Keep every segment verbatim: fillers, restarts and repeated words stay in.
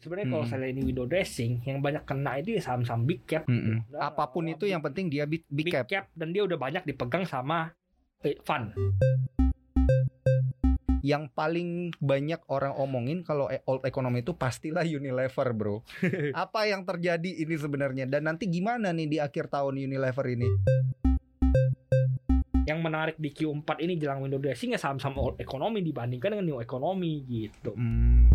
Sebenarnya kalau Mm-mm. saya ini window dressing, yang banyak kena itu ya saham-saham big cap. Mm-mm. gitu. Apapun itu yang penting dia big, big big cap. cap dan dia udah banyak dipegang sama eh, fund. Yang paling banyak orang omongin kalau e- old economy itu pastilah Unilever, bro. Apa yang terjadi ini sebenarnya? Dan nanti gimana nih di akhir tahun Unilever ini? Yang menarik di Q empat ini jelang window dressing ya saham-saham old economy dibandingkan dengan new economy gitu. Hmm.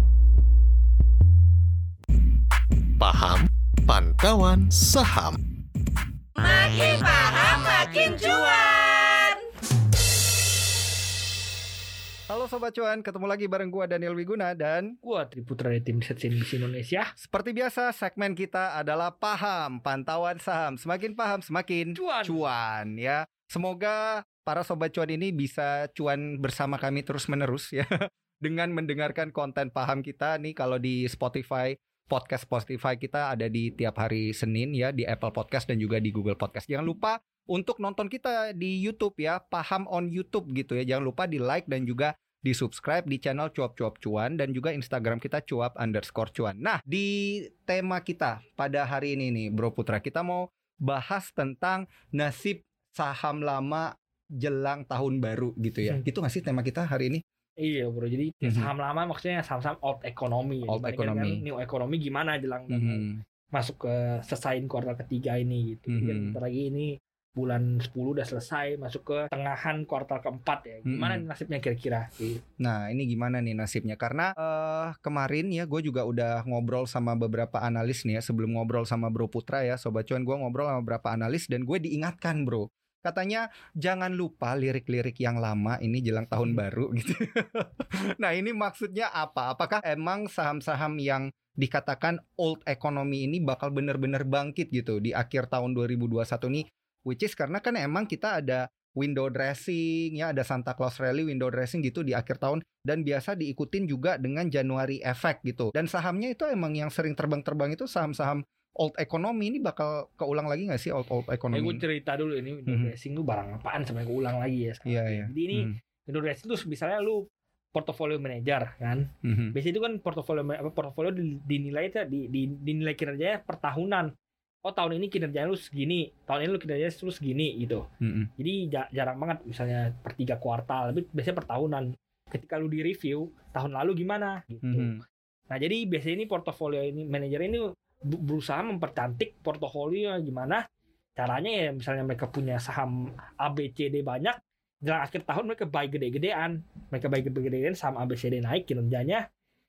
Paham Pantauan Saham. Makin paham makin cuan. Halo Sobat Cuan, ketemu lagi bareng gua Daniel Wiguna dan Gua Triputra dari tim Set C N B C Indonesia. seperti biasa segmen kita adalah Paham Pantauan Saham. Semakin paham semakin Cuan. cuan ya. Semoga para Sobat Cuan ini bisa cuan bersama kami terus-menerus ya. Dengan mendengarkan konten paham kita nih kalau di Spotify, podcast Spotify kita ada di tiap hari Senin ya, di Apple Podcast dan juga di Google Podcast. Jangan lupa untuk nonton kita di YouTube ya, Paham on YouTube gitu ya. Jangan lupa di like dan juga di subscribe di channel Cuap-Cuap Cuan dan juga Instagram kita cuap underscore cuan. Nah, di tema kita pada hari ini nih Bro Putra, kita mau bahas tentang nasib saham lama jelang tahun baru gitu ya. Hmm. Gitu nggak sih tema kita hari ini? Iya bro, jadi Mhm. saham lama maksudnya saham-saham old economy. Old Dibandingkan economy. dengan new economy gimana jelang Mhm. masuk ke selesaiin kuartal ketiga ini gitu. Jadi kan Mhm. bentar lagi ini bulan sepuluh udah selesai, masuk ke tengahan kuartal keempat ya. Gimana Mhm. nasibnya kira-kira? Gitu. Nah, ini gimana nih nasibnya? Karena eh, kemarin ya gue juga udah ngobrol sama beberapa analis nih ya. Sebelum ngobrol sama Bro Putra ya, Sobat Cuan, gue ngobrol sama beberapa analis dan gue diingatkan bro. Katanya jangan lupa lirik-lirik yang lama ini jelang tahun Hmm. baru gitu. Nah, ini maksudnya apa? Apakah emang saham-saham yang dikatakan old economy ini bakal bener-bener bangkit gitu di akhir tahun dua ribu dua puluh satu nih? Which is karena kan emang kita ada window dressing ya, ada Santa Claus Rally window dressing gitu di akhir tahun dan biasa diikutin juga dengan January effect gitu. Dan sahamnya itu emang yang sering terbang-terbang itu saham-saham old economy. Ini bakal keulang lagi nggak sih old old Eh, economy? gue cerita dulu ini window Mhm. dressing tuh barang apaan sampai gue ulang lagi ya sekarang. Iya, iya. Jadi ini Mhm. window dressing tuh misalnya lu portfolio manager kan. Mhm. Biasanya itu kan portofolio apa portofolio di- dinilai itu di, di, dinilai kinerjanya per tahunan. Oh tahun ini kinerjanya lu segini, tahun ini lu kinerjanya lu segini gitu. Mhm. Jadi ja- jarang banget misalnya per tiga kuartal, tapi biasanya per tahunan. Ketika lu di review tahun lalu gimana gitu. Mhm. Nah jadi biasanya ini portofolio ini manajer ini bu- berusaha mempercantik portofolio gimana caranya ya, misalnya mereka punya saham A B C D banyak, jelang akhir tahun mereka buy gede-gedean, mereka buy gede-gedean saham A B C D naik kinerjanya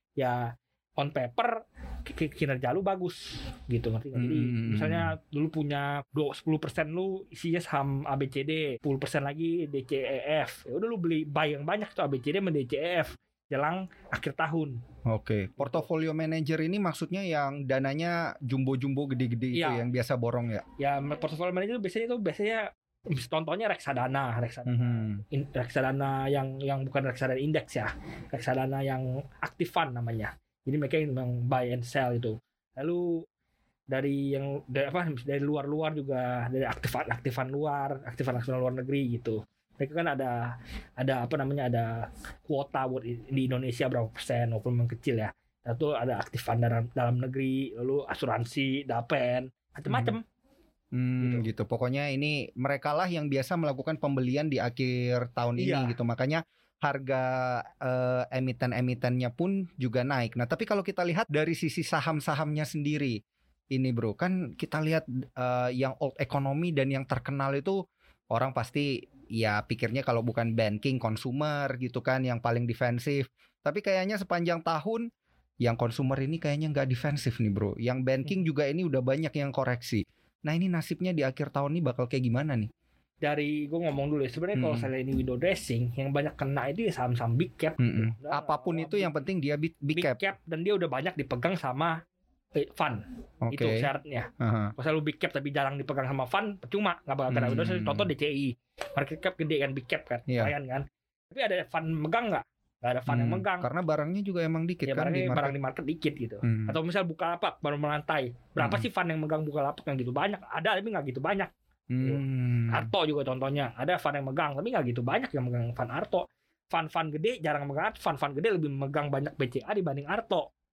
ya on paper ki- kinerja lu bagus gitu, ngerti nggak? Jadi Hmm. misalnya dulu punya dua- sepuluh persen lu isinya saham A B C D, sepuluh persen lagi D C E F, ya udah lu beli buy yang banyak tuh A B C D sama D C E F jelang akhir tahun. Oke, portfolio manager ini maksudnya yang dananya jumbo-jumbo gede-gede itu Iya. yang biasa borong ya? Ya portfolio manager itu biasanya itu biasanya contohnya reksadana, reksadana, Mhm. in- reksadana yang yang bukan reksadana indeks ya, reksadana yang aktif fund namanya. Jadi mereka yang memang buy and sell itu. Lalu dari yang dari apa dari luar-luar juga, dari aktifan aktifan luar, aktifan nasional luar negeri gitu. Mereka kan ada ada apa namanya ada kuota buat i- di Indonesia berapa persen walaupun memang kecil ya. Lalu ada aktifan dalam dalam negeri, lalu asuransi, dapen, macam-macam. Hmm, Gitu. gitu. Pokoknya ini mereka lah yang biasa melakukan pembelian di akhir tahun Iya. ini gitu. Makanya harga eh, emiten-emitennya pun juga naik. Nah, tapi kalau kita lihat dari sisi saham-sahamnya sendiri, ini bro, kan kita lihat eh, yang old economy dan yang terkenal itu orang pasti ya pikirnya kalau bukan banking, consumer gitu kan yang paling defensif. Tapi kayaknya sepanjang tahun yang consumer ini kayaknya nggak defensif nih bro. Yang banking juga ini udah banyak yang koreksi. Nah ini nasibnya di akhir tahun ini bakal kayak gimana nih? Dari gue ngomong dulu ya, sebenarnya kalau Hmm. saya ini window dressing yang banyak kena itu ya saham-saham big cap. Mm-mm. gitu. Udah, Apapun itu yang penting dia big, big big cap. cap dan dia udah banyak dipegang sama eh, fund. Oke. Itu syaratnya. Aha. Kalau lu big cap tapi jarang dipegang sama fund, percuma nggak bakal kena. Udah Hmm. saya contoh D C I, market cap gede kan, big cap kan, Iya. lumayan kan. Tapi ada fund megang nggak? Nggak ada fund yang Hmm, megang. Karena barangnya juga emang dikit Ya kan di barangnya market. barang di market dikit gitu. Hmm. Atau misal Bukalapak baru melantai, berapa Hmm. sih fund yang megang Bukalapak yang gitu banyak? Ada tapi nggak gitu banyak. Hmm. Arto juga contohnya, ada fund yang megang tapi nggak gitu banyak yang megang fund Arto. Fund-fund gede jarang megang, fund-fund gede lebih megang banyak B C A dibanding Arto.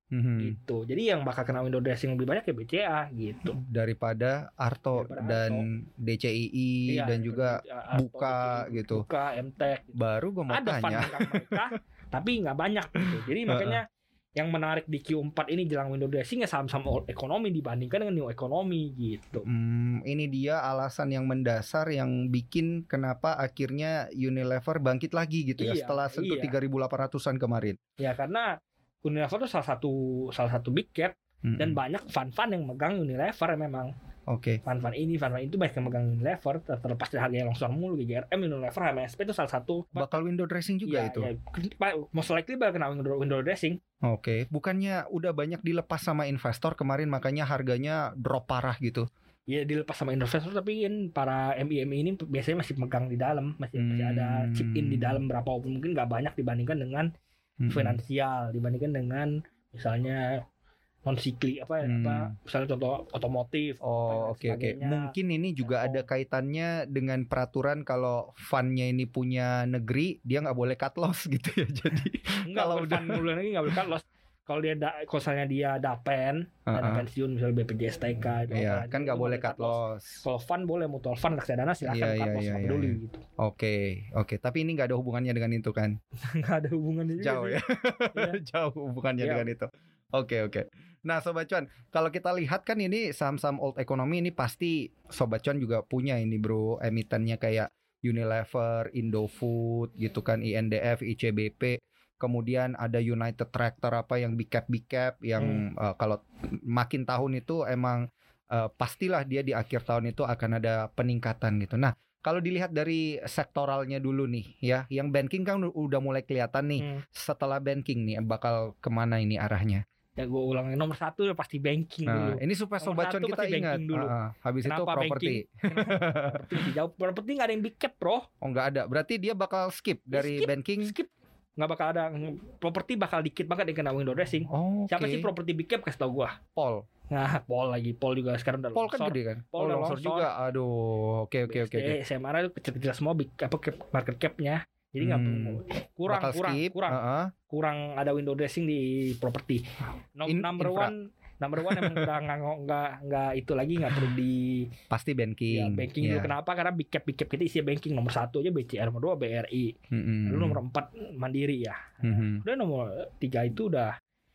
Mhm. gitu. Jadi yang bakal kena window dressing lebih banyak ya B C A gitu. Daripada Arto Daripada dan D C I I Iya, dan juga Arto, Buka D C I, gitu. Buka, M-Tech gitu. Baru gue mau Ada fund tanya. megang mereka tapi nggak banyak gitu. Jadi makanya yang menarik di Q empat ini jelang window dressing ya saham-saham old economy dibandingkan dengan new economy gitu. Hmm, ini dia alasan yang mendasar yang bikin kenapa akhirnya Unilever bangkit lagi gitu ya Iya, setelah sentuh iya. tiga ribu delapan ratusan kemarin. Ya karena Unilever itu salah satu salah satu big cap Mm-mm. dan banyak fund-fund yang megang Unilever memang. Oke. Fund-fund ini, fund-fund itu banyak yang megang Unilever ter- terlepas dari harga yang longsor mulu G R M, Unilever, H M S P itu salah satu. Bakal window dressing juga ya, itu. ya, most likely bakal kena window, window dressing. Oke, bukannya udah banyak dilepas sama investor kemarin makanya harganya drop parah gitu. Ya dilepas sama investor tapi kan para M I M I ini biasanya masih megang di dalam, masih, masih ada Hmm. chip in di dalam berapa walaupun mungkin nggak banyak dibandingkan dengan Mm-mm. finansial, dibandingkan dengan misalnya non siklik apa ya, Hmm. apa misalnya contoh otomotif. Oh, oke oke. Mungkin ini juga ada kaitannya dengan peraturan kalau fundnya ini punya negeri, dia nggak boleh cut loss gitu ya. Jadi Enggak, kalau kalau udah- fund mulai lagi nggak boleh cut loss. Kalau dia da, kalau misalnya dia dapen, dana Uh-uh. pensiun misalnya B P J S T K itu iya, apa, kan itu nggak boleh cut loss. Kalau fund boleh, mutual fund, reksadana silakan Iya, cut iya, loss, iya, nggak iya, peduli iya. gitu. Oke, oke. Tapi ini nggak ada hubungannya dengan itu kan? Nggak ada hubungannya juga Jauh sih. ya. Iya. Jauh hubungannya Iya. dengan itu. Oke, oke. Nah, Sobat Cuan, kalau kita lihat kan ini saham-saham old economy ini pasti Sobat Cuan juga punya ini bro, emitennya kayak Unilever, Indofood gitu kan, I N D F, I C B P. Kemudian ada United Tractor apa yang big cap big cap yang uh, kalau makin tahun itu emang uh, pastilah dia di akhir tahun itu akan ada peningkatan gitu. Nah, kalau dilihat dari sektoralnya dulu nih ya, yang banking kan udah mulai kelihatan nih. Hmm. Setelah banking nih bakal kemana ini arahnya? Ya gue ulangin, nomor satu udah pasti banking Nah, dulu. ini supaya Nomor Sobat satu Cuan kita pasti ingat. banking dulu. Ah, ah. Habis itu Kenapa properti. Properti dijawab, properti nggak ada yang big cap bro. Oh nggak ada. Berarti dia bakal skip dari skip, banking. Skip, nggak bakal ada. Properti bakal dikit banget yang kena window dressing. Oh, Siapa oke. sih properti big cap, kasih tau gua. Pol. Nah, Paul lagi, Paul juga sekarang udah Pol kan longsor. gede kan? Pol Oh, udah longsor longsor. juga. Aduh, oke oke oke oke. S M R itu kecil-kecil semua big apa cap, market cap-nya. Jadi nggak Hmm. kurang Bakal kurang skip. kurang Uh-uh. kurang ada window dressing di properti. No, In- number infra. one number one emang udah nggak nggak nggak itu lagi, nggak perlu di Pasti banking. ya, banking dulu. Iya. Kenapa? Karena big cap big cap kita isi banking. Nomor satu aja B C R, nomor dua B R I, Mm-mm. lalu nomor empat Mandiri ya. Mhm. Udah nomor tiga itu udah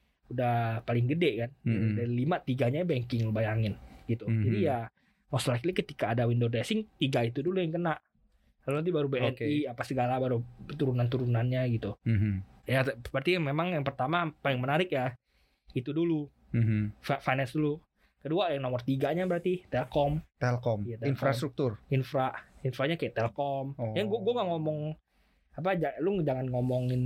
udah paling gede kan. Mm-mm. Dari lima tiganya banking, lu bayangin gitu. Mhm. Jadi ya most likely ketika ada window dressing tiga itu dulu yang kena. Lalu nanti baru B N I apa segala baru turunan-turunannya gitu. Mhm. Ya berarti memang yang pertama paling menarik ya itu dulu, Mhm. F- finance dulu. Kedua yang nomor tiganya berarti Telkom, Telkom, Iya, Telkom. infrastruktur. infra, infranya kayak Telkom. Oh. Yang gua gua nggak ngomong apa aja, lu jangan ngomongin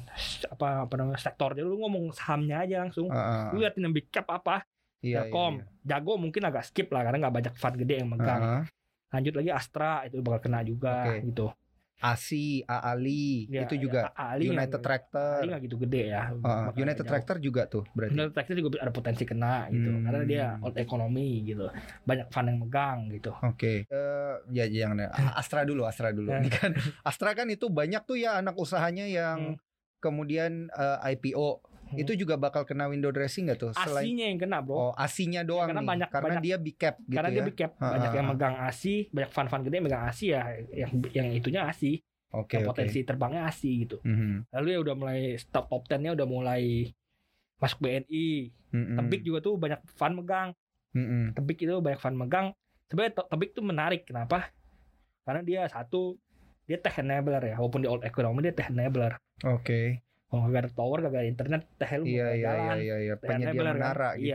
apa apa namanya sektor, lu ngomong sahamnya aja langsung. Uh-uh. Lu liatin yang big cap apa, Iya, Telkom, iya, iya. Jago mungkin agak skip lah karena nggak banyak fund gede yang megang. Uh-uh. Lanjut lagi Astra itu bakal kena juga Oke. gitu. A S I, Aali, Ya, itu juga. ya, Ali United nggak- Tractor. Ali nggak gitu gede ya. Uh, Bakal United jauh. Tractor juga tuh berarti. United Tractor juga ada potensi kena gitu Hmm. karena dia old economy gitu, banyak fund yang megang gitu. Oke, eh, ya jangan A- Astra dulu, Astra dulu. Ini kan Astra kan itu banyak tuh ya anak usahanya yang kemudian eh, I P O. Hmm. Itu juga bakal kena window dressing nggak tuh? Asinya yang kena bro. Oh, A S I-nya doang karena nih. banyak- karena banyak- dia big cap gitu Karena ya. dia big cap, Ha, banyak ha, yang ha. megang A S I, banyak fund-fund gede yang megang A S I ya, yang yang itunya A S I, Oke, yang oke. potensi terbangnya A S I gitu. Mhm, Lalu ya udah mulai top top ten-nya udah mulai masuk B N I. mhm, Tebik juga tuh banyak fund megang. mhm. Tebik itu banyak fund megang. Sebenarnya Te- Tebik tuh menarik, kenapa? Karena dia satu, dia tech enabler ya, walaupun di old economy dia tech enabler. Oke. Kalau gak ada tower, gak ada internet, teh lu Iya, mau iya, jalan. iya, iya, iya. Tech Penyedia enabler kan? menara gitu. Iya.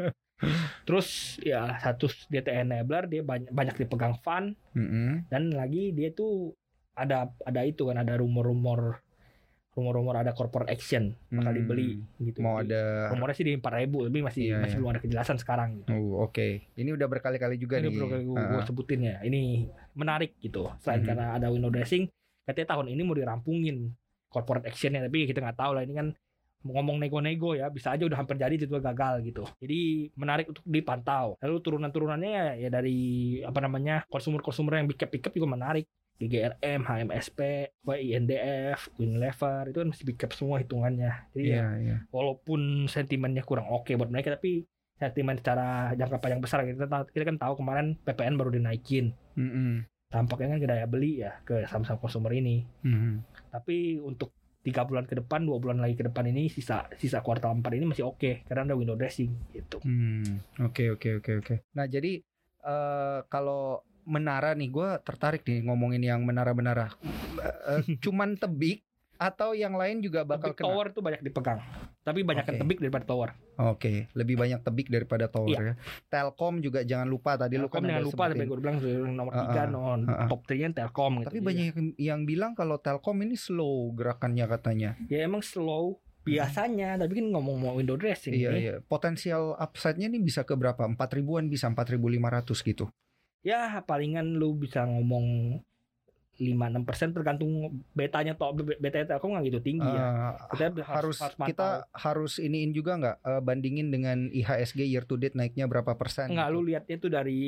Terus ya satu dia tech enabler, dia banyak banyak dipegang fund, Mhm. dan lagi dia tuh ada ada itu kan, ada rumor-rumor rumor-rumor ada corporate action bakal Hmm. dibeli gitu. Mau Jadi, ada rumornya sih di empat ribu, tapi masih Iya, masih iya. belum ada kejelasan sekarang gitu. Oh, oke. Ini udah berkali-kali juga Ini nih. perlu gue, Ah, gue sebutin ya. Ini menarik gitu. Selain Mhm. karena ada window dressing, katanya tahun ini mau dirampungin corporate actionnya, tapi kita nggak tahu lah, ini kan ngomong nego-nego ya, bisa aja udah hampir jadi tiba-tiba gagal gitu. Jadi menarik untuk dipantau. Lalu turunan-turunannya ya, ya dari apa namanya konsumer-konsumer yang big cap big cap juga menarik. G G R M, H M S P, Y I N D F, Unilever itu kan masih big cap semua hitungannya. Jadi Iya, ya iya. walaupun sentimennya kurang oke buat mereka, tapi sentimen secara jangka panjang besar kita tahu, kita kan tahu kemarin P P N baru dinaikin. Mm-mm. Tampaknya kan daya beli ya ke saham-saham consumer ini. Mm-mm. Tapi untuk tiga bulan ke depan, dua bulan lagi ke depan ini sisa sisa kuartal empat ini masih oke karena ada window dressing gitu. Hmm, oke oke oke oke. Nah jadi uh, kalau menara nih, gue tertarik nih ngomongin yang menara-menara. Uh, cuman tebik atau yang lain juga bakal Tebik kena? tower tuh banyak dipegang, tapi banyak Oke. yang tebik daripada tower. Oke, lebih banyak tebik daripada tower Iya. ya. Telkom juga jangan lupa tadi lu Telkom kan jangan ada lupa, tapi sebutin. gue bilang nomor Uh-uh, tiga, non uh-uh. top tiga Telkom. Gitu. Tapi Jadi banyak yang, yang bilang kalau Telkom ini slow gerakannya katanya. ya emang slow biasanya, tapi kan ngomong mau window dressing Iya ini. iya. Potensial upside-nya nih bisa ke berapa? empat ribuan bisa empat ribu lima ratus gitu. Ya palingan lu bisa ngomong lima enam persen tergantung betanya toh, betanya Telkom nggak gitu tinggi ya. Uh, Kita harus, harus kita harus iniin juga nggak uh, bandingin dengan I H S G year to date naiknya berapa persen? Enggak, gitu. lu lihatnya tuh dari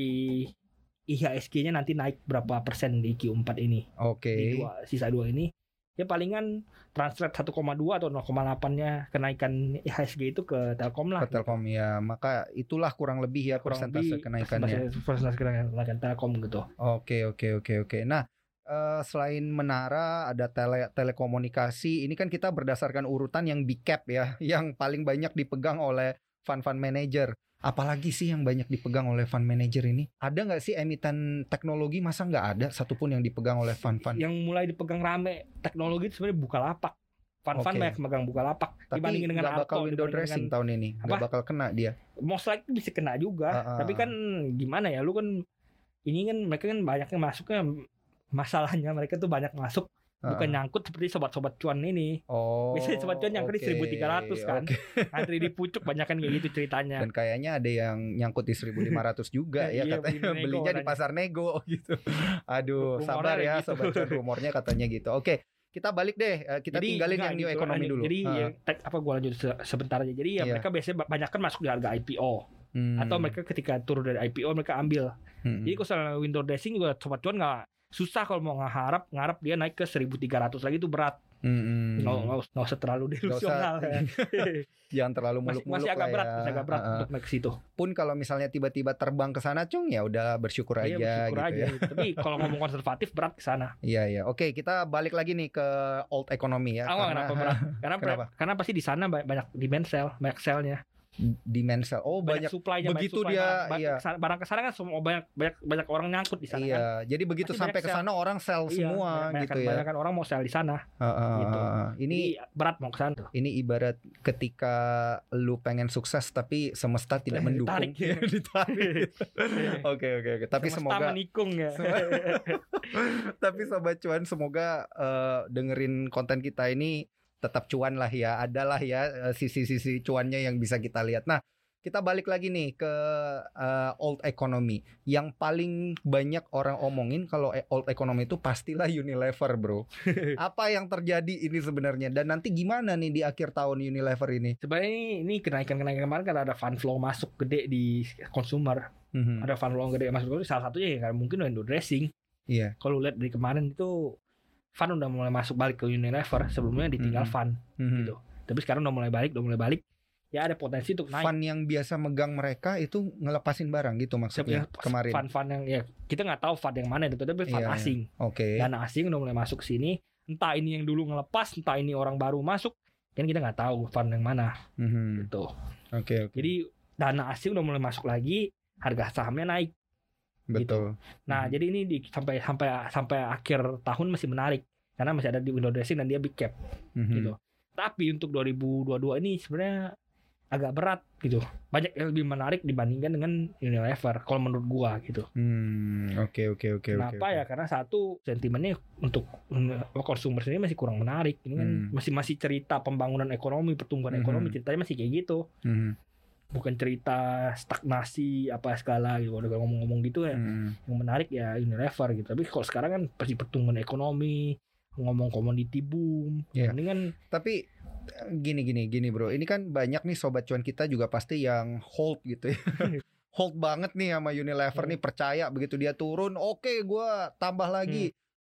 I H S G-nya nanti naik berapa persen di Q empat ini. Oke. Di dua, sisa dua ini. Ya palingan translate satu koma dua atau nol koma delapan-nya kenaikan I H S G itu ke Telkom lah. Ke Telkom ya, maka itulah kurang lebih ya Kurang persentase lebih kenaikannya. persentase kenaikan Telkom gitu. Oke oke oke oke. Nah uh, selain menara ada tele telekomunikasi. Ini kan kita berdasarkan urutan yang big cap ya, yang paling banyak dipegang oleh fund-fund manager. Apalagi sih yang banyak dipegang oleh fund manager ini? Ada nggak sih emiten teknologi, masa nggak ada satupun yang dipegang oleh fund-fund? Yang mulai dipegang rame teknologi itu sebenarnya Bukalapak. Fund-fund Oke. banyak megang Bukalapak. Tapi Dibandingin dengan nggak bakal Alto, window dibandingin dressing dengan- tahun ini, nggak Apa? bakal kena dia. most likely bisa kena juga. Ah, ah, Tapi kan gimana ya, lu kan ini kan mereka kan banyaknya masuknya, masalahnya mereka tuh banyak masuk bukan Ah. nyangkut seperti sobat-sobat cuan ini. Oh. Biasanya sobat cuan nyangkut di oke, seribu tiga ratus kan. oke. Antri di pucuk banyak kan kayak gitu ceritanya. Dan kayaknya ada yang nyangkut di seribu lima ratus juga ya Iya, katanya, beli nego belinya di katanya. pasar nego gitu. Aduh, Rumornya sabar kayak ya gitu. sobat cuan, rumornya katanya gitu. Oke, kita balik deh. eh, Kita Jadi, tinggalin enggak yang new gitu, economy lanjut. dulu. Jadi Ah. ya, tek, apa gua lanjut se- sebentar aja. Jadi ya Iya. mereka biasanya ba- banyak kan masuk di harga I P O Hmm. atau mereka ketika turun dari I P O mereka ambil. Hmm. Jadi kalau soal window dressing juga sobat cuan nggak susah kalau mau ngarap ngarap dia naik ke seribu tiga ratus lagi itu berat. Hmm. Nggak nggak us- nggak usah terlalu Nggak usah. delusional. ya. Jangan terlalu masih, muluk-muluk masih agak lah berat, ya. masih agak berat Ah, ah. untuk naik ke situ. Pun kalau misalnya tiba-tiba terbang ke sana, cung, ya udah bersyukur Iya, aja bersyukur gitu aja. ya. gitu. Tapi kalau ngomong konservatif berat ke sana. Iya iya. Oke, kita balik lagi nih ke old economy ya. Ah, kenapa berat? Karena Kenapa? karena pasti di sana ba- banyak demand sell, banyak sell-nya. demand sell. Oh, Banyak, banyak. supply-nya, begitu banyak supply, dia, barang, barang iya. kesana- barang kesana kan semua banyak banyak banyak orang nyangkut di sana Iya, kan. jadi begitu Pasti sampai banyak ke sana orang sell Iya, semua banyak- gitu banyak- ya. banyak kan orang mau sell di sana. Ah, ah, gitu. ah, ah. Ini Jadi berat mau ke sana tuh. ini ibarat ketika lu pengen sukses tapi semesta tidak Eh, mendukung. ditarik. Iya. Ditarik. Oke oke oke. Tapi Semesta semoga menikung ya. tapi sobat cuan semoga eh, dengerin konten kita ini tetap cuan lah ya. Adalah ya eh, sisi-sisi cuannya yang bisa kita lihat. Nah, kita balik lagi nih ke eh, old economy. Yang paling banyak orang omongin kalau e- old economy itu pastilah Unilever, bro. Apa yang terjadi ini sebenarnya? Dan nanti gimana nih di akhir tahun Unilever ini? Sebenarnya ini, ini kenaikan-kenaikan kemarin kan ada fund flow masuk gede di consumer. Mhm. Ada fund flow gede masuk gede, salah satunya ya kan mungkin window dressing. Iya. Kalau lihat dari kemarin itu fund udah mulai masuk balik ke Unilever, sebelumnya ditinggal Mhm. fund Mhm. gitu. Tapi sekarang udah mulai balik, udah mulai balik. Ya ada potensi untuk naik. Fund yang biasa megang mereka itu ngelepasin barang gitu maksudnya Sebenarnya kemarin. fund-fund yang ya kita nggak tahu fund yang mana itu, tapi fund Iya, iya. asing. Oke. Dana asing udah mulai masuk ke sini. Entah ini yang dulu ngelepas, entah ini orang baru masuk. Kan kita nggak tahu fund yang mana Mhm. gitu. Oke oke. Jadi dana asing udah mulai masuk lagi, harga sahamnya naik. Betul. Nah, Mhm. jadi ini di, sampai sampai sampai akhir tahun masih menarik karena masih ada di window dressing dan dia big cap Mhm. gitu. Tapi untuk dua ribu dua puluh dua ini sebenarnya agak berat gitu. Banyak yang lebih menarik dibandingkan dengan Unilever kalau menurut gua gitu. Hmm, oke oke oke oke. Kenapa ya? Karena satu sentimennya untuk konsumer ini masih kurang menarik. Ini kan Hmm. masih masih cerita pembangunan ekonomi, pertumbuhan Mhm. ekonomi, ceritanya masih kayak gitu. Mhm. Bukan cerita stagnasi apa segala gitu. Udah ngomong-ngomong gitu ya. Mhm. Yang menarik ya Unilever gitu. Tapi kalau sekarang kan pasti pertumbuhan ekonomi, ngomong komoditi boom. Iya. Ini kan Tapi eh, gini gini gini bro, ini kan banyak nih sobat cuan kita juga pasti yang hold gitu ya. Hold banget nih sama Unilever Hmm. nih, percaya begitu dia turun, oke gua tambah lagi.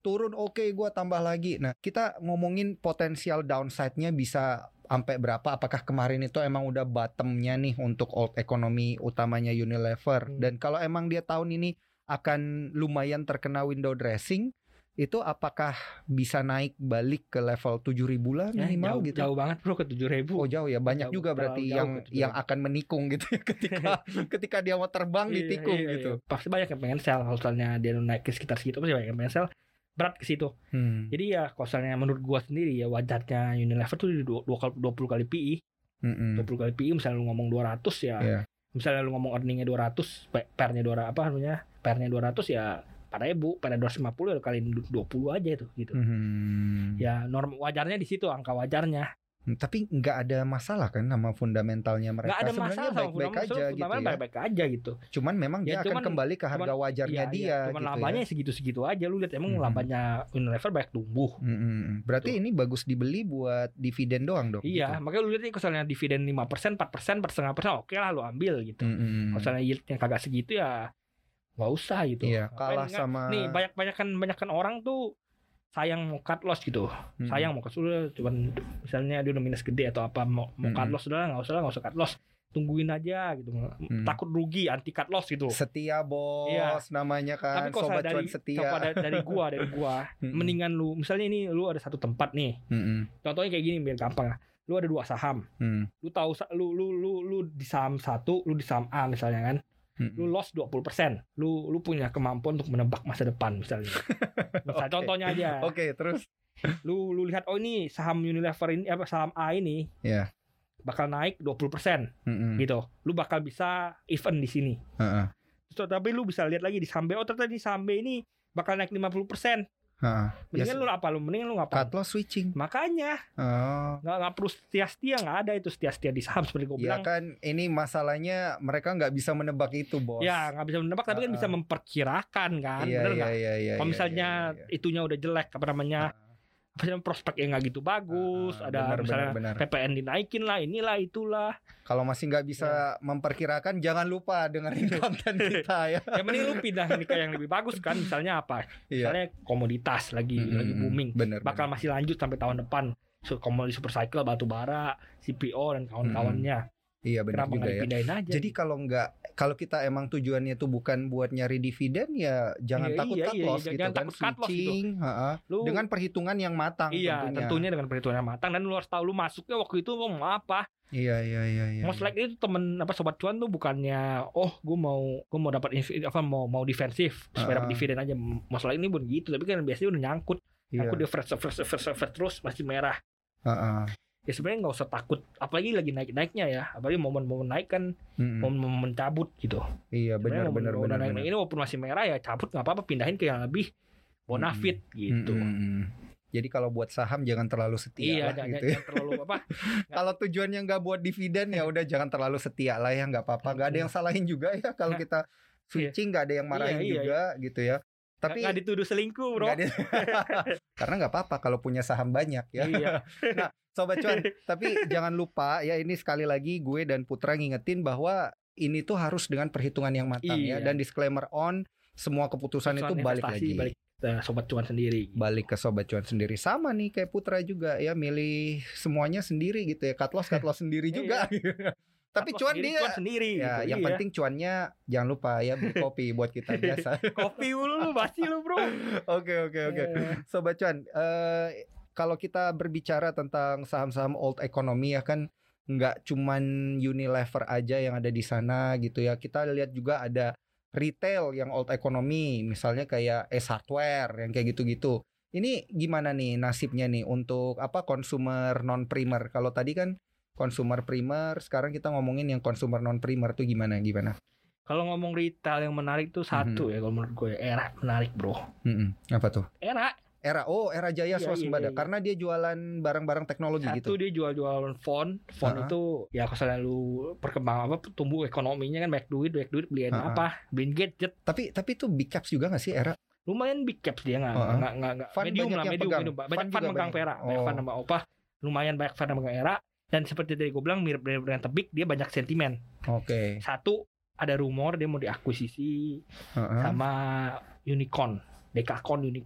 turun oke okay, gue tambah lagi. Nah kita ngomongin potensial downside-nya bisa sampai berapa? Apakah kemarin itu emang udah bottom-nya nih untuk old economy utamanya Unilever? Hmm. Dan kalau emang dia tahun ini akan lumayan terkena window dressing, itu apakah bisa naik balik ke level tujuh ribu lah minimal ya, jauh, gitu? Jauh banget bro ke tujuh ribu. Oh jauh ya, banyak jauh, juga berarti yang yang akan menikung gitu ya ketika ketika dia mau terbang ditikung iya, iya, gitu. Iya. Pasti banyak yang pengen sell kalau misalnya dia naik ke sekitar segitu, pasti banyak yang pengen sell, berat ke situ. Hmm. Jadi ya kalau misalnya menurut gua sendiri ya wajarnya Unilever tuh di dua puluh kali P E. Mm-mm. dua puluh kali P E misalnya lu ngomong dua ratus ya. Yeah. Misalnya lu ngomong earningnya dua ratus, P E-nya dua ratus apa namanya? P E-nya dua ratus ya empat ribu, pada dua ratus lima puluh ya kali dua puluh aja itu gitu. Hmm. Ya norm wajarnya di situ, angka wajarnya. Tapi nggak ada masalah kan sama fundamentalnya mereka. Nggak ada sebenarnya masalah sama baik-baik aja gitu ya. baik-baik aja gitu. Cuman memang Ya, dia cuman- akan kembali ke harga cuman- wajarnya Iya, dia iya. Cuman gitu labanya ya. segitu-segitu aja, lu lihat emang Mhm. labanya Unilever banyak tumbuh. Mm-mm. Berarti Tuh. ini bagus dibeli buat dividen doang dong. Iya, gitu. makanya lu lihat nih kalau misalnya dividen lima persen, empat persen, empat koma lima persen, oke lah lu ambil gitu. Mm-mm. Kalau misalnya yieldnya kagak segitu ya nggak usah gitu. Iya, Ngapain kalah nggak- sama Nih banyak-banyakan banyakan orang tuh sayang mau cut loss gitu. Mm. Sayang mau cut loss, cuman misalnya dia udah minus gede atau apa mau, mau cut Mm-mm. loss udah nggak usah lah, nggak usah cut loss. Tungguin aja gitu. Mm. Takut rugi, anti cut loss gitu. setia bos Iya. namanya kan, Tapi kalau sobat saya cuan dari setia. kalau dari, dari gua dari gua Mm-mm. mendingan lu misalnya ini lu ada satu tempat nih. Mm-mm. Contohnya kayak gini biar gampang lah. Lu ada dua saham. Mm. Lu tahu sa- lu lu lu lu di saham satu, lu di saham A misalnya kan. Mm-mm. Lu loss dua puluh persen. Lu lu punya kemampuan untuk menebak masa depan misalnya. Misal Oke. contohnya aja. Oke, terus Lu lu lihat oh ini saham Unilever ini apa saham A ini ya. bakal naik dua puluh persen Mm-mm. gitu. Lu bakal bisa even di sini. Heeh. Terus tapi lu bisa lihat lagi di saham B, oh ternyata di saham B ini bakal naik lima puluh persen. Heeh. Mendingan Ya, lu apa lu? Mendingan lu ngapain? cut loss switching. Makanya Oh. nggak nggak perlu setia-setia, nggak ada itu setia-setia di saham seperti gue Ya bilang. kan ini masalahnya mereka nggak bisa menebak itu bos. Ya nggak bisa menebak tapi kan Uh-uh. bisa memperkirakan kan, Iya, bener iya, nggak? iya, iya, Kalau iya, misalnya iya, iya. itunya udah jelek apa namanya, apa namanya prospek yang nggak gitu bagus, Ah, ada benar, misalnya benar, benar. P P N dinaikin lah, inilah itulah. Kalau masih nggak bisa memperkirakan, jangan lupa dengerin konten kita ya. Ya mending lu pindah ini ke yang lebih bagus kan, misalnya apa? Iya. Misalnya komoditas lagi Mm-mm, lagi booming, bener, bakal bener. masih lanjut sampai tahun depan. So, komoditi super cycle, batu bara, C P O dan kawan-kawannya. Iya benar Kenapa juga nggak ya. dipindahin aja? Jadi kalau nggak, kalau kita emang tujuannya itu bukan buat nyari dividen ya jangan Iya, takut iya, cut iya, loss jangan gitu kan, takut cut loss gitu. switching, ha-ha. Lu- dengan perhitungan yang matang Iya, tentunya. tentunya dengan perhitungan yang matang, dan lu harus tahu lu masuknya waktu itu mau apa. Iya iya iya iya. Most likely itu temen apa sobat cuan tuh bukannya oh gue mau gue mau dapat inv- apa mau mau defensif supaya Ah. dapat dividen aja. Most likely ini bukan gitu, tapi kan biasanya udah nyangkut, Iya. nyangkut di fresh fresh fresh fresh terus masih merah. Ha-ha. Ya sebenarnya nggak usah takut, apalagi lagi naik naiknya ya, apalagi momen-momen naik kan Mm-mm. momen-momen cabut gitu. Iya benar Sebenarnya benar momen- benar. udah naik benar. ini walaupun masih merah ya cabut nggak apa-apa, pindahin ke yang lebih bonafit gitu. Mm-mm. Jadi kalau buat saham jangan terlalu setia Iya, lah jangan, gitu ya. jangan terlalu apa. Kalau tujuannya nggak buat dividen ya udah jangan terlalu setia lah ya, nggak apa-apa. Nggak ada yang salahin juga ya kalau Nah, kita switching, nggak ada yang marahin Iya, iya, juga gitu ya. Tapi nggak dituduh selingkuh bro. nggak ada- karena nggak apa-apa kalau punya saham banyak ya. Iya. Sobat cuan, tapi jangan lupa ya, ini sekali lagi gue dan Putra ngingetin bahwa ini tuh harus dengan perhitungan yang matang ya, Iya. dan disclaimer on, semua keputusan itu Keputusan balik investasi, lagi. balik ke sobat cuan sendiri. Balik ke sobat cuan sendiri, sama nih kayak Putra juga ya, milih semuanya sendiri gitu ya, cut loss cut loss sendiri juga. Tapi Cut loss cuan sendiri, dia cuan sendiri ya, gitu. yang Iya. penting cuannya jangan lupa ya beli kopi buat kita biasa. Kopi dulu lu basi lu bro. Oke oke oke. Eh, Sobat cuan, eh, kalau kita berbicara tentang saham-saham old economy ya kan, nggak cuman Unilever aja yang ada di sana gitu ya. Kita lihat juga ada retail yang old economy, misalnya kayak Ace Hardware yang kayak gitu-gitu. Ini gimana nih nasibnya nih untuk apa consumer non primer? Kalau tadi kan consumer primer, sekarang kita ngomongin yang consumer non primer tuh gimana gimana? Kalau ngomong retail yang menarik tuh satu ya kalau menurut gue, Era menarik bro. Mm-mm. Apa tuh? Era Era, oh Era Jaya Iya, Swasembada, iya, iya. karena dia jualan barang-barang teknologi satu gitu. dia jual-jual phone, phone Uh-huh. itu ya kalau lu perkembang apa tumbuh ekonominya kan banyak duit, banyak duit beliin Uh-huh. apa, beliin gadget. Tapi tapi itu big caps juga nggak sih Era? Lumayan big caps dia nggak Uh-huh. nggak nggak nggak Fund medium banyak lah, yang medium, pegang. medium. Banyak Fund fund juga megang banyak. Pera, banyak Oh. fund sama Opa. Lumayan banyak fund megang Era, dan seperti tadi gue bilang mirip dengan Tebik, dia banyak sentimen. Oke. Satu, ada rumor dia mau diakuisisi Heeh. sama Unicorn, Dekakon Unicorn.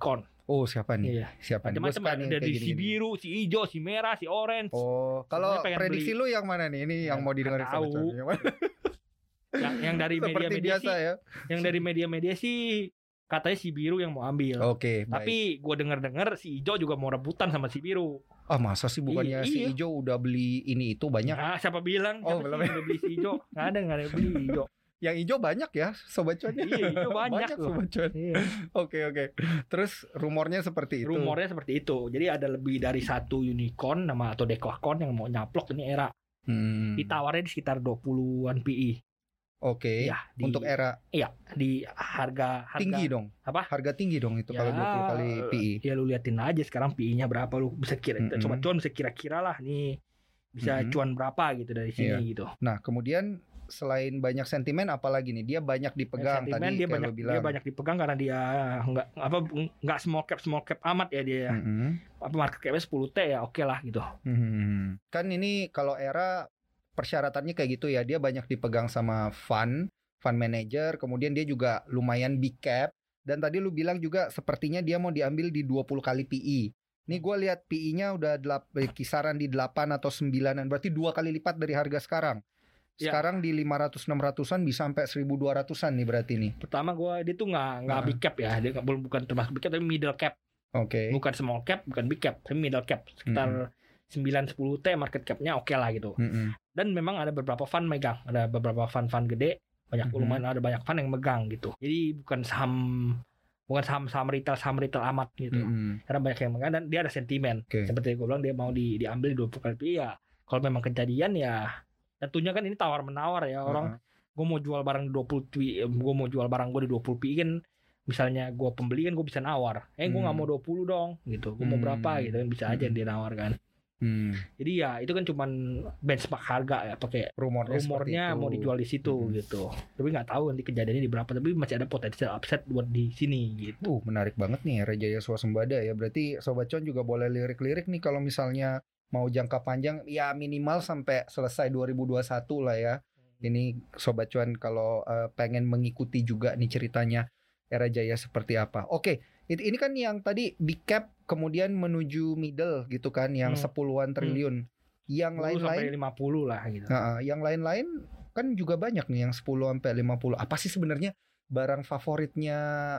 Oh, siapa nih? Iya. Siapa nih? Gua Macam-macam suka ada nih dari kayak si gini-gini. biru, si hijau, si merah, si orange. Oh, kalau Semuanya pengen prediksi beli. lu yang mana nih? Ini yang Ya, mau didengar nggak Sobat tahu. Cuan. Yang mana? Yang yang dari Seperti media-media biasa sih, ya. yang dari media-media sih katanya si biru yang mau ambil. Oke, baik. Tapi gue denger-denger si hijau juga mau rebutan sama si biru. Ah, masa sih bukannya Iya, si iya. Ijo udah beli ini itu banyak? Nah, siapa bilang? Oh, Siapa belum sih yang udah beli si hijau? Nggak ada, nggak ada yang beli hijau. Yang Ijo banyak ya, Sobat Cuan. Iya, hijau banyak loh. Sobat Cuan. Iya. Oke, oke. Terus rumornya seperti itu. Rumornya seperti itu. Jadi ada lebih dari satu unicorn nama atau dekakon yang mau nyaplok ini era. Hmm. Ditawarnya di sekitar dua puluhan P I. Oke. Ya, di, Untuk era iya, di harga, harga tinggi dong. Apa? Harga tinggi dong itu Ya, kalau dua puluh kali P I. Ya lu liatin aja sekarang P I-nya berapa, lu bisa kira, Mm-mm. Sobat Cuan bisa kira-kira lah nih bisa Mm-mm. cuan berapa gitu dari sini Iya. gitu. Nah, kemudian selain banyak sentimen apalagi nih? Dia banyak dipegang Sentimen tadi dia kayak banyak lo bilang. dia banyak dipegang karena dia nggak apa nggak small cap small cap amat ya dia. Mm-mm. Apa market cap-nya sepuluh T ya oke lah gitu. Hmm. Kan ini kalau era persyaratannya kayak gitu ya, dia banyak dipegang sama fund, fund manager, kemudian dia juga lumayan big cap, dan tadi lu bilang juga sepertinya dia mau diambil di dua puluh kali P I. Nih gue lihat P I-nya udah delap, kisaran di delapan atau sembilanan, berarti dua kali lipat dari harga sekarang. Ya. Sekarang di lima ratus enam ratusan bisa sampai seribu dua ratusan nih berarti nih. Pertama gua dia tuh nggak nggak Nah. big cap ya, dia nggak- bukan termasuk big cap tapi middle cap, Oke. bukan small cap, bukan big cap, tapi middle cap sekitar sembilan sepuluh T market cap-nya oke lah gitu. Mm-mm. Dan memang ada beberapa fund megang, ada beberapa fund-fund gede, banyak Mhm. lumayan ada banyak fund yang megang gitu. Jadi bukan saham bukan saham-saham retail saham retail amat gitu. Mm-mm. Karena banyak yang megang dan dia ada sentimen. Oke. Seperti gue bilang dia mau di, diambil di dua puluh kali P I ya. Kalau memang kejadian ya tentunya kan ini tawar menawar ya orang. Uh-huh. Gue mau jual barang di dua puluh P I, gue mau jual barang gue di dua puluh P I kan, misalnya gue pembeli kan gue bisa nawar. Eh gue nggak Hmm. mau dua puluh dong gitu. Gue mau Hmm. berapa gitu kan bisa aja Hmm. dia nawar kan. Hmm. Jadi ya itu kan cuman benchmark harga ya pakai Rumornya, rumornya seperti mau itu. dijual di situ Mm-mm. gitu. Tapi nggak tahu nanti kejadiannya di berapa. Tapi masih ada potensial upset buat di sini gitu. Uh, menarik banget nih Rajaya Swasembada ya. Berarti Sobat Cuan juga boleh lirik-lirik nih kalau misalnya mau jangka panjang ya minimal sampai selesai dua ribu dua puluh satu lah ya. Ini Sobat Cuan kalau uh, pengen mengikuti juga nih ceritanya Era Jaya seperti apa. Oke, it- ini kan yang tadi big cap kemudian menuju middle gitu kan yang Hmm. sepuluhan triliun. Yang sepuluh sampai lain-lain lima puluh lah gitu. Nah, yang lain-lain kan juga banyak nih yang sepuluh sampai lima puluh. Apa sih sebenarnya barang favoritnya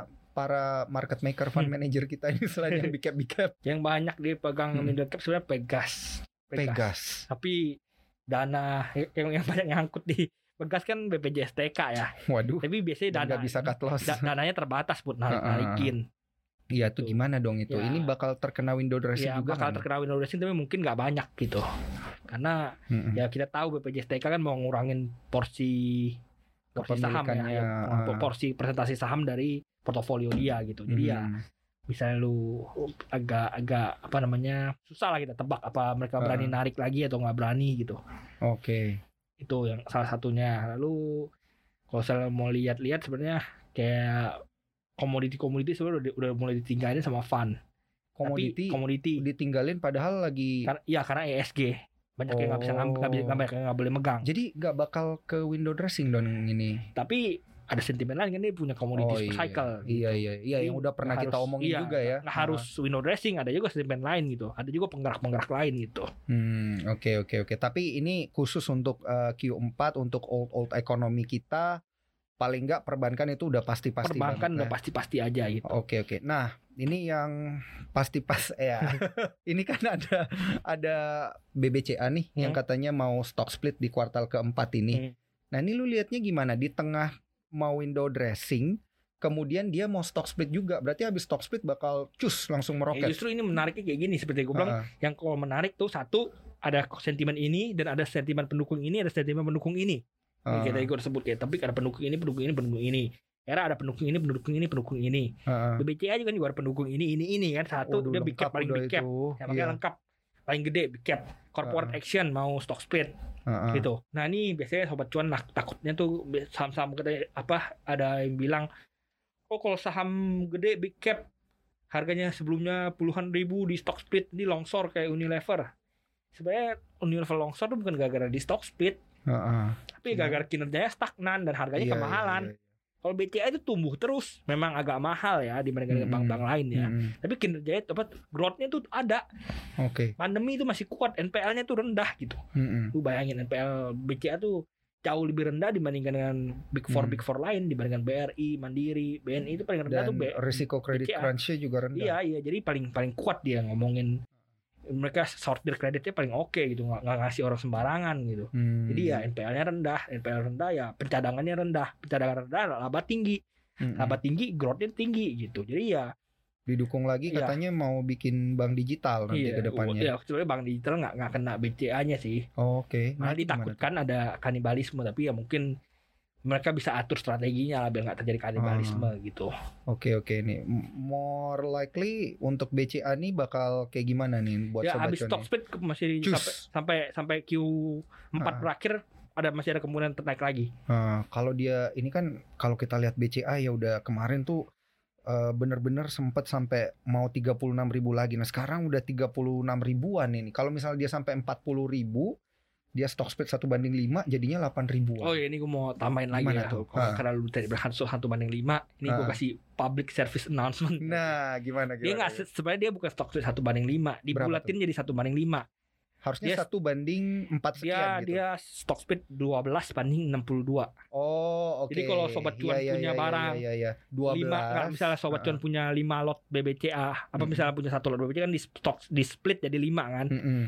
para market maker fund Hmm. manager kita ini selain yang big cap big cap? Yang banyak dipegang Hmm. middle cap sebenarnya Pegas. Pegas. Tapi dana yang yang banyak nyangkut di Pegas kan B P J S T K ya. Waduh. Tapi biasanya Dan dana nggak bisa cut loss. da- dananya terbatas buat narik Heeh. narikin. Iya tuh Tuh. gimana dong itu? Ya. Ini bakal terkena window dressing Ya juga bakal kan? terkena window dressing tapi mungkin nggak banyak gitu. Karena Mm-mm. ya kita tahu B P J S T K kan mau ngurangin porsi porsi saham ya, Kepemilikannya, ya, ah. porsi presentasi saham dari portofolio dia gitu. Jadi ya Mm. misalnya lu agak-agak apa namanya susah lah kita tebak apa mereka berani Ah. narik lagi atau nggak berani gitu. Oke. Itu yang salah satunya. Lalu kalau saya mau lihat-lihat sebenarnya kayak komoditi-komoditi sebenarnya udah, udah mulai ditinggalin sama fund. Komoditi Tapi komoditi ditinggalin padahal lagi. karena iya karena E S G banyak yang nggak bisa ngambil, nggak bisa Oh. nggak banyak yang nggak boleh megang. Jadi nggak bakal ke window dressing dong ini. Tapi ada sentimen lain kan dia punya komoditi Oh, super iya. cycle. Iya iya iya Jadi yang udah pernah nggak kita harus- omongin iya, juga ya. nggak harus window dressing, ada juga sentimen lain gitu. Ada juga penggerak-penggerak lain gitu. Hmm, oke oke oke. Tapi ini khusus untuk uh, Q empat untuk old old ekonomi kita paling nggak perbankan itu udah pasti-pasti Perbankan banget udah ya. pasti-pasti aja gitu. Oke oke. Nah, ini yang pasti pas ya. Ini kan ada ada B B C A nih yang Hmm. katanya mau stock split di kuartal keempat ini. Hmm. Nah, ini lu lihatnya gimana di tengah mau window dressing, kemudian dia mau stock split juga. Berarti habis stock split bakal cus langsung Ya, meroket. justru ini menariknya kayak gini seperti gue bilang. Ah, Yang kalau menarik tuh satu ada sentimen ini dan ada sentimen pendukung ini, ada sentimen pendukung ini. ah, Kayak tadi gue udah sebut ya, tapi ada pendukung ini, pendukung ini, pendukung ini. Era ada pendukung ini, pendukung ini, pendukung ini. ah, ah. B B C A juga juga ada pendukung ini, ini, ini kan. Satu Waduh, dia big cap lengkap paling udah big cap. itu. Ya, makanya Iya. lengkap. Paling gede big cap. Corporate Ah. action mau stock split Ah, ah. gitu. Nah ini biasanya sobat cuan nak- takutnya tuh saham-saham kita apa ada yang bilang, oh kalau saham gede big cap harganya sebelumnya puluhan ribu di stock split ini longsor kayak Unilever. Sebenarnya Unilever longsor tuh bukan gara-gara di stock split, Ah, ah. tapi gara-gara kinerjanya stagnan dan harganya Iya, kemahalan. iya, iya. Kalau B C A itu tumbuh terus, memang agak mahal ya dibandingkan dengan Mm-mm. bank-bank lain ya. Mm-mm. Tapi kinerjanya apa growth-nya tuh ada. Oke. Pandemi itu masih kuat, N P L-nya tuh rendah gitu. Mm-mm. Lu bayangin N P L B C A tuh jauh lebih rendah dibandingkan dengan Big Four Hmm. Big Four lain, dibandingkan B R I, Mandiri, B N I itu paling rendah Dan tuh B- risiko kredit B C A. crunch-nya juga rendah. Iya iya, jadi paling paling kuat dia ngomongin, mereka sortir kreditnya paling oke gitu, nggak nggak ngasih orang sembarangan gitu. Hmm. Jadi ya N P L-nya rendah, N P L rendah ya pencadangannya rendah, pencadangan rendah laba tinggi, Mm-mm. laba tinggi growth-nya tinggi gitu. Jadi ya didukung lagi Iya. katanya mau bikin bank digital nanti iya, ke depannya. ya sebenarnya bank digital nggak nggak kena B C A-nya sih. Oh, Oke. Malah Nah, itu gimana ditakutkan ada kanibalisme, tapi ya mungkin mereka bisa atur strateginya lah biar nggak terjadi kanibalisme Ah. gitu. Oke oke nih M- more likely untuk B C A nih bakal kayak gimana nih buat Ya sobat habis cuan stock nih? split ke- masih Cus. sampai sampai sampai Q empat Ah. berakhir ada masih ada kemungkinan naik lagi. Nah, kalau dia ini kan kalau kita lihat B C A ya udah kemarin tuh eh, bener-bener sempet sampai mau tiga puluh enam ribu lagi. Nah sekarang udah tiga puluh enam ribuan ini. Kalau misalnya dia sampai empat puluh ribu, dia stock split satu banding lima jadinya delapan ribuan. Oh ya ini gue mau tambahin lagi Gimana ya. tuh? Kalau Ah. karena lu tadi berkan satu banding lima, ini gue Ah. kasih public service announcement. Nah gimana dia gimana? nggak se- sebenarnya dia bukan stock split satu banding lima, dibulatin jadi satu banding lima. Harusnya dia- satu banding empat sekian Dia gitu. dia stock split dua belas banding enam puluh dua. Oh oke. Jadi kalau sobat cuan Iya, iya, punya iya, barang iya, iya, dua belas. lima, nggak misalnya sobat cuan punya lima lot B B C A, apa Mm-mm. misalnya punya satu lot B B C A kan di stock di split jadi lima kan. Mm-mm.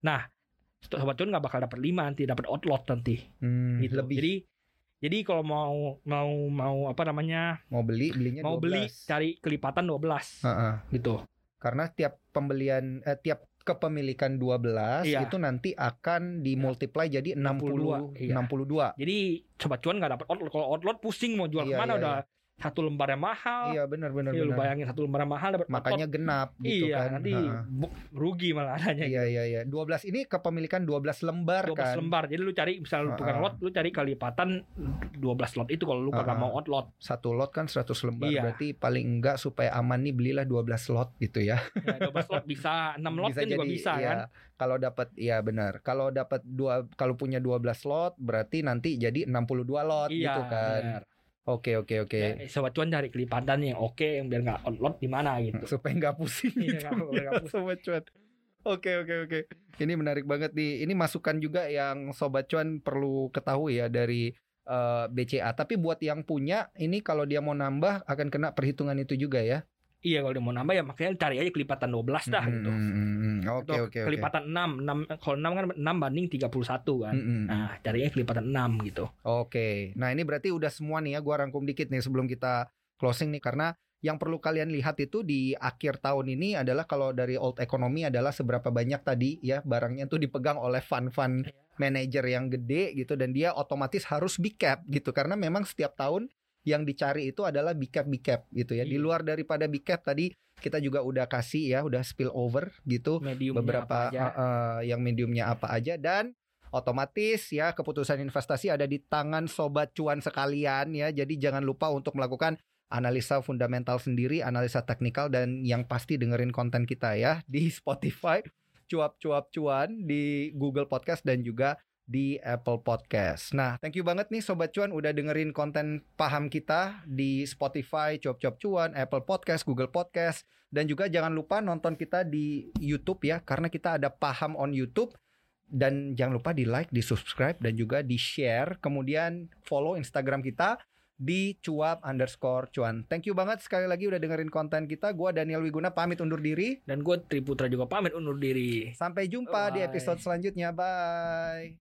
Sobat cuan nggak bakal dapat lima nanti, dapat outlot nanti. Hmm, Gitu. lebih Jadi jadi kalau mau mau mau apa namanya? mau beli belinya mau dua beli belas. cari kelipatan dua belas Heeh. gitu. Karena tiap pembelian eh, tiap kepemilikan dua belas Iya. itu nanti akan dimultiply jadi enam puluh, iya. enam puluh dua. Jadi sobat cuan nggak dapat outlot. Kalau outlot pusing mau jual Iya, kemana iya, udah satu lembarnya mahal. Iya benar benar Iya, lu benar. bayangin satu lembar mahal dapat Makanya outlot. genap gitu Iya, kan. nanti Heeh. bu- rugi malah adanya. Iya iya iya. dua belas ini kepemilikan dua belas lembar dua belas kan. lembar. Jadi lu cari misalnya lu pegang Ha-ha. lot, lu cari kelipatan dua belas lot itu kalau lu kagak Ha-ha. mau outlot. Satu lot kan seratus lembar. Iya. Berarti paling enggak supaya aman nih belilah dua belas lot gitu ya. Ya, dua belas lot bisa, enam lot kan juga bisa iya. kan. Kalau dapat iya benar. Kalau dapat dua kalau punya dua belas lot berarti nanti jadi enam puluh dua lot Iya, gitu kan. benar. Oke oke oke. Ya, sobat cuan cari kelipatan yang oke yang biar nggak outlot di mana gitu. Supaya nggak pusing Iya, gitu nggak- nggak ya, pusing. sobat cuan. Oke oke oke. Ini menarik banget nih. Ini masukan juga yang sobat cuan perlu ketahui ya dari eh, B C A. Tapi buat yang punya ini kalau dia mau nambah akan kena perhitungan itu juga ya. Iya kalau dia mau nambah ya makanya cari aja kelipatan dua belas dah Mm, gitu. mm, mm, mm. Oke Atau oke oke. kelipatan enam, enam kalau enam kan enam banding tiga puluh satu kan. Mm, mm. Nah, carinya kelipatan enam gitu. Oke. Nah, ini berarti udah semua nih ya. Gua rangkum dikit nih sebelum kita closing nih karena yang perlu kalian lihat itu di akhir tahun ini adalah kalau dari old economy adalah seberapa banyak tadi ya barangnya tuh dipegang oleh fund-fund manager yang gede gitu dan dia otomatis harus big cap gitu karena memang setiap tahun yang dicari itu adalah big cap big cap gitu ya. Di Iya. luar daripada big cap tadi kita juga udah kasih ya, udah spill over gitu Mediumnya beberapa apa aja. uh, uh, yang mediumnya apa aja dan otomatis ya keputusan investasi ada di tangan sobat cuan sekalian ya. Jadi jangan lupa untuk melakukan analisa fundamental sendiri, analisa teknikal dan yang pasti dengerin konten kita ya di Spotify, cuap-cuap cuan di Google Podcast dan juga di Apple Podcast. Nah, thank you banget nih Sobat Cuan udah dengerin konten paham kita di Spotify, cuap-cuap cuan, Apple Podcast, Google Podcast. Dan juga jangan lupa nonton kita di YouTube ya, karena kita ada paham on YouTube. Dan jangan lupa di like, di subscribe, dan juga di share. Kemudian follow Instagram kita di cuap underscore cuan. Thank you banget sekali lagi udah dengerin konten kita. Gua Daniel Wiguna pamit undur diri. Dan gue Triputra juga pamit undur diri. Sampai jumpa di Bye. episode selanjutnya. Bye.